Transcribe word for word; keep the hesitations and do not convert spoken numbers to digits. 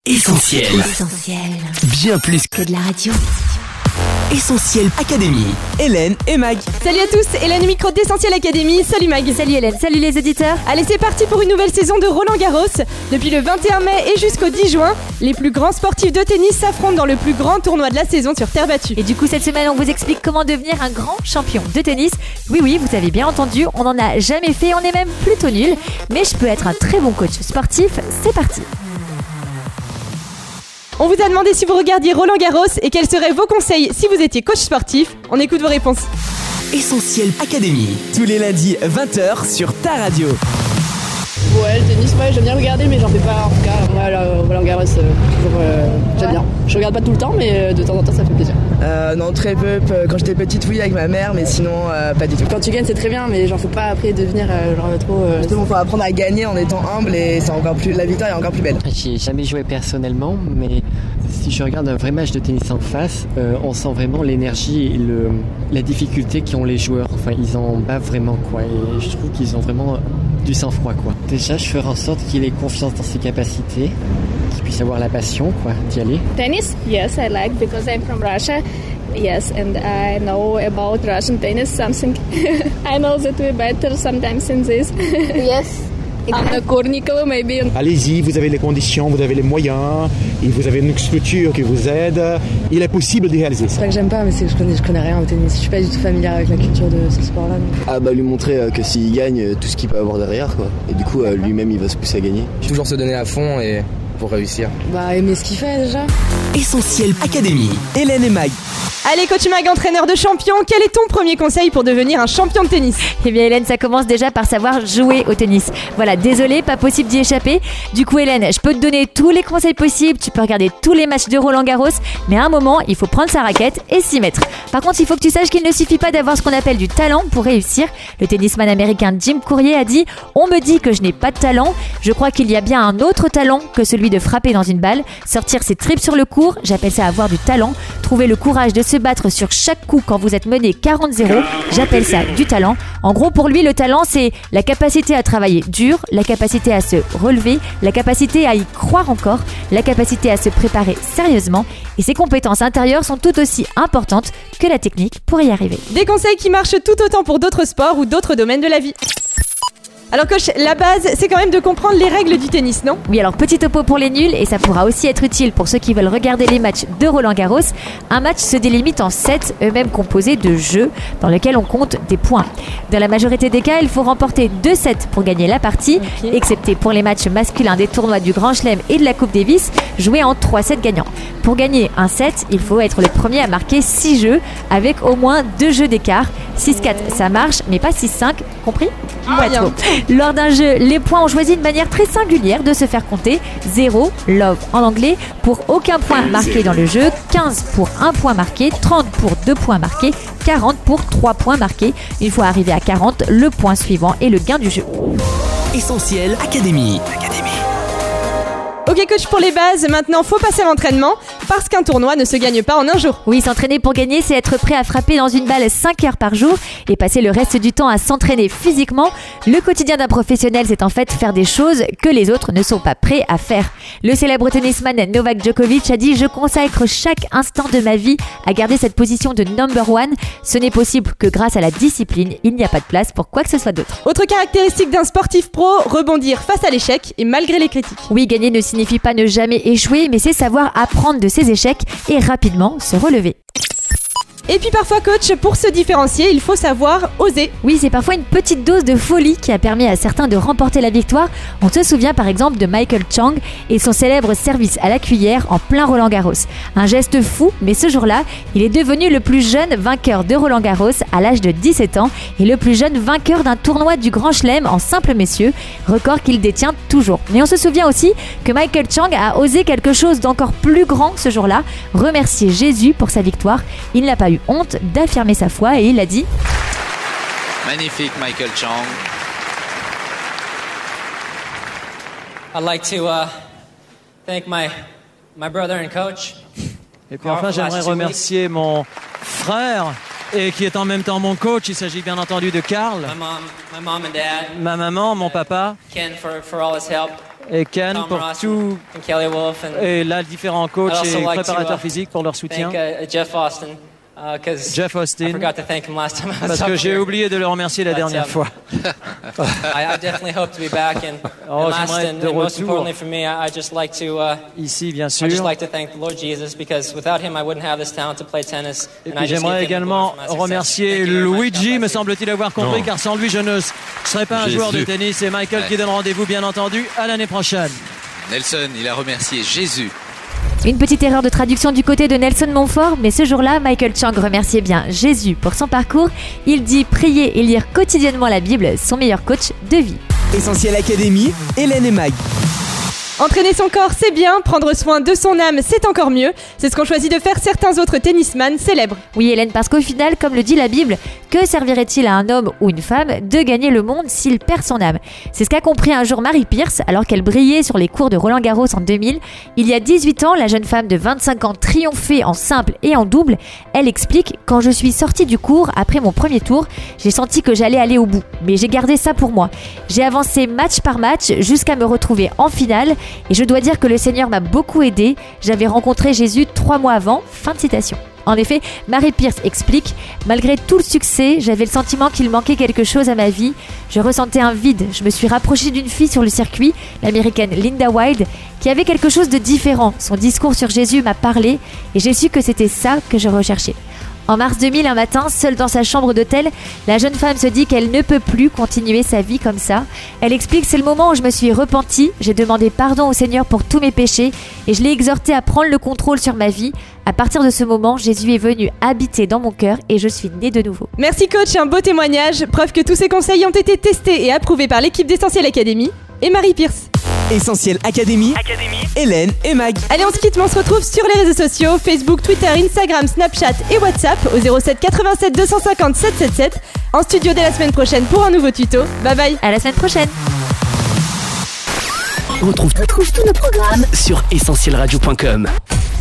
Essentiel. Essentiel. Bien plus que de la radio. Essentiel Académie. Hélène et Mag. Salut à tous, Hélène au micro d'Essentiel Académie. Salut Mag. Salut Hélène, salut les auditeurs. Allez, c'est parti pour une nouvelle saison de Roland-Garros. Depuis le vingt et un mai et jusqu'au dix juin, les plus grands sportifs de tennis s'affrontent dans le plus grand tournoi de la saison sur terre battue. Et du coup, cette semaine, on vous explique comment devenir un grand champion de tennis. Oui, oui, vous avez bien entendu, on n'en a jamais fait, on est même plutôt nul. Mais je peux être un très bon coach sportif. C'est parti. On vous a demandé si vous regardiez Roland-Garros et quels seraient vos conseils si vous étiez coach sportif. On écoute vos réponses. Essentiel Académie. Tous les lundis vingt heures sur ta radio. Ouais, le tennis, ouais, j'aime bien regarder, mais j'en fais pas en tout cas. Moi, le Roland-Garros, euh, toujours, euh, j'aime bien. Je regarde pas tout le temps, mais euh, de temps en temps, ça fait plaisir. Euh, non, très peu. Quand j'étais petite, oui, avec ma mère, mais sinon, euh, pas du tout. Quand tu gagnes, c'est très bien, mais j'en fais pas après devenir euh, genre trop. Euh... Justement, faut apprendre à gagner en étant humble et c'est encore plus, la victoire est encore plus belle. J'ai jamais joué personnellement, mais si je regarde un vrai match de tennis en face, euh, on sent vraiment l'énergie et le, la difficulté qu'ont les joueurs. Enfin, ils en bavent vraiment, quoi. Et je trouve qu'ils ont vraiment du sang-froid, quoi. Déjà, je ferai en sorte qu'il ait confiance dans ses capacités, qu'il puisse avoir la passion, quoi, d'y aller. Tennis, yes, I like because I'm from Russia. Yes, and I know about Russian tennis something. I know that we're better sometimes in this. Yes. Anna Kournikova, maybe. Allez-y, vous avez les conditions, vous avez les moyens, et vous avez une structure qui vous aide. Il est possible de réaliser ça. C'est pas que j'aime pas, mais c'est que je connais, je connais rien au tennis. Je suis pas du tout familière avec la culture de ce sport-là. Donc... Ah bah lui montrer euh, que s'il gagne, tout ce qu'il peut avoir derrière, quoi. Et du coup, euh, lui-même, il va se pousser à gagner. Toujours se donner à fond et pour réussir. Bah aimer ce qu'il fait déjà. Essentiel Académie. Hélène et Mag. Allez, coach Mag, entraîneur de champion, quel est ton premier conseil pour devenir un champion de tennis ? Eh bien Hélène, ça commence déjà par savoir jouer au tennis. Voilà, désolé, pas possible d'y échapper. Du coup Hélène, je peux te donner tous les conseils possibles, tu peux regarder tous les matchs de Roland-Garros, mais à un moment, il faut prendre sa raquette et s'y mettre. Par contre, il faut que tu saches qu'il ne suffit pas d'avoir ce qu'on appelle du talent pour réussir. Le tennisman américain Jim Courier a dit « On me dit que je n'ai pas de talent, je crois qu'il y a bien un autre talent que celui de frapper dans une balle, sortir ses tripes sur le court, j'appelle ça avoir du talent, trouver le courage de se battre sur chaque coup quand vous êtes mené quarante zéro, j'appelle ça du talent. En gros, pour lui, le talent, c'est la capacité à travailler dur, la capacité à se relever, la capacité à y croire encore, la capacité à se préparer sérieusement. Et ses compétences intérieures sont tout aussi importantes que la technique pour y arriver. Des conseils qui marchent tout autant pour d'autres sports ou d'autres domaines de la vie. Alors coach, la base, c'est quand même de comprendre les règles du tennis, non ? Oui, alors petit topo pour les nuls, et ça pourra aussi être utile pour ceux qui veulent regarder les matchs de Roland-Garros. Un match se délimite en sept, eux-mêmes composés de jeux, dans lesquels on compte des points. Dans la majorité des cas, il faut remporter deux sets pour gagner la partie, okay. Excepté pour les matchs masculins des tournois du Grand Chelem et de la Coupe Davis, joués en trois sets gagnants. Pour gagner un set, il faut être le premier à marquer six jeux, avec au moins deux jeux d'écart. six quatre, ça marche, mais pas six cinq, compris ? Ah, bien. Lors d'un jeu, les points ont choisi une manière très singulière de se faire compter. zéro, love en anglais, pour aucun point marqué dans le jeu, quinze pour un point marqué, trente pour deux points marqués, quarante pour trois points marqués. Une fois arrivé à quarante, le point suivant est le gain du jeu. Essentiel Académie. Académie. Ok coach, pour les bases, maintenant faut passer à l'entraînement parce qu'un tournoi ne se gagne pas en un jour. Oui, s'entraîner pour gagner, c'est être prêt à frapper dans une balle cinq heures par jour et passer le reste du temps à s'entraîner physiquement. Le quotidien d'un professionnel, c'est en fait faire des choses que les autres ne sont pas prêts à faire. Le célèbre tennisman Novak Djokovic a dit « Je consacre chaque instant de ma vie à garder cette position de number one. Ce n'est possible que grâce à la discipline. Il n'y a pas de place pour quoi que ce soit d'autre. » Autre caractéristique d'un sportif pro, rebondir face à l'échec et malgré les critiques. Oui, gagner ne signifie signifie pas ne jamais échouer, mais c'est savoir apprendre de ses échecs et rapidement se relever. Et puis parfois coach, pour se différencier, il faut savoir oser. Oui, c'est parfois une petite dose de folie qui a permis à certains de remporter la victoire. On se souvient par exemple de Michael Chang et son célèbre service à la cuillère en plein Roland-Garros. Un geste fou, mais ce jour-là, il est devenu le plus jeune vainqueur de Roland-Garros à l'âge de dix-sept ans et le plus jeune vainqueur d'un tournoi du Grand Chelem en simple messieurs, record qu'il détient toujours. Mais on se souvient aussi que Michael Chang a osé quelque chose d'encore plus grand ce jour-là, remercier Jésus pour sa victoire. Il n'a pas eu honte d'affirmer sa foi et il a dit Magnifique Michael Chang. I'd like to uh, thank my my brother and coach. Et puis enfin, j'aimerais remercier mon frère et qui est en même temps mon coach. Il s'agit bien entendu de Karl. My mom, my mom and dad. Ma maman, mon papa. Ken for for all his help. et Ken Tom pour Ross tout, and Kelly Wolf and et là différents coachs I'd also et like to, préparateurs uh, physiques pour leur soutien. thank uh, Jeff Austin. Uh, 'cause Jeff Austin. I forgot to thank him last time I was Parce up que j'ai here. oublié de le remercier la But, dernière um, fois. I, I definitely hope to be back, and, Oh, and last j'aimerais and, être de and most retour. importantly for me, I, I just like to uh, Ici, bien I just sûr. like to thank the Lord Jesus, because without him I wouldn't have this talent to play tennis. Et and puis I just j'aimerais give him the également glory for my success. remercier Thank you very much. Luigi, me semble-t-il avoir compris, Non. car sans lui je ne serais pas un Jésus. joueur de tennis. Et Michael Ouais. qui donne rendez-vous, bien entendu, à l'année prochaine. Nelson, il a remercié Jésus. Une petite erreur de traduction du côté de Nelson Montfort, mais ce jour-là, Michael Chang remerciait bien Jésus pour son parcours. Il dit prier et lire quotidiennement la Bible, son meilleur coach de vie. Essentiel Académie, Hélène et Mag. Entraîner son corps, c'est bien. Prendre soin de son âme, c'est encore mieux. C'est ce qu'ont choisi de faire certains autres tennisman célèbres. Oui Hélène, parce qu'au final, comme le dit la Bible, que servirait-il à un homme ou une femme de gagner le monde s'il perd son âme? C'est ce qu'a compris un jour Marie Pierce, alors qu'elle brillait sur les cours de Roland Garros en deux mille. Il y a dix-huit ans, la jeune femme de vingt-cinq ans triomphait en simple et en double. Elle explique: quand je suis sortie du cours après mon premier tour, j'ai senti que j'allais aller au bout. Mais j'ai gardé ça pour moi. J'ai avancé match par match jusqu'à me retrouver en finale. Et je dois dire que le Seigneur m'a beaucoup aidé. J'avais rencontré Jésus trois mois avant. Fin de citation. En effet, Marie Pierce explique: malgré tout le succès, j'avais le sentiment qu'il manquait quelque chose à ma vie. Je ressentais un vide. Je me suis rapprochée d'une fille sur le circuit, l'américaine Linda Wilde, qui avait quelque chose de différent. Son discours sur Jésus m'a parlé et j'ai su que c'était ça que je recherchais. En mars deux mille, un matin, seule dans sa chambre d'hôtel, la jeune femme se dit qu'elle ne peut plus continuer sa vie comme ça. Elle explique: c'est le moment où je me suis repentie, j'ai demandé pardon au Seigneur pour tous mes péchés et je l'ai exhorté à prendre le contrôle sur ma vie. À partir de ce moment, Jésus est venu habiter dans mon cœur et je suis née de nouveau. Merci coach, un beau témoignage. Preuve que tous ces conseils ont été testés et approuvés par l'équipe d'Essentiel Academy et Marie Pierce. Essentiel Académie, Hélène et Mag. Allez, on se quitte, mais on se retrouve sur les réseaux sociaux, Facebook, Twitter, Instagram, Snapchat et WhatsApp au zéro sept quatre-vingt-sept deux cent cinquante sept cent soixante-dix-sept. En studio dès la semaine prochaine pour un nouveau tuto. Bye bye. À la semaine prochaine. Retrouve, retrouve tous nos programmes sur essentiel radio point com.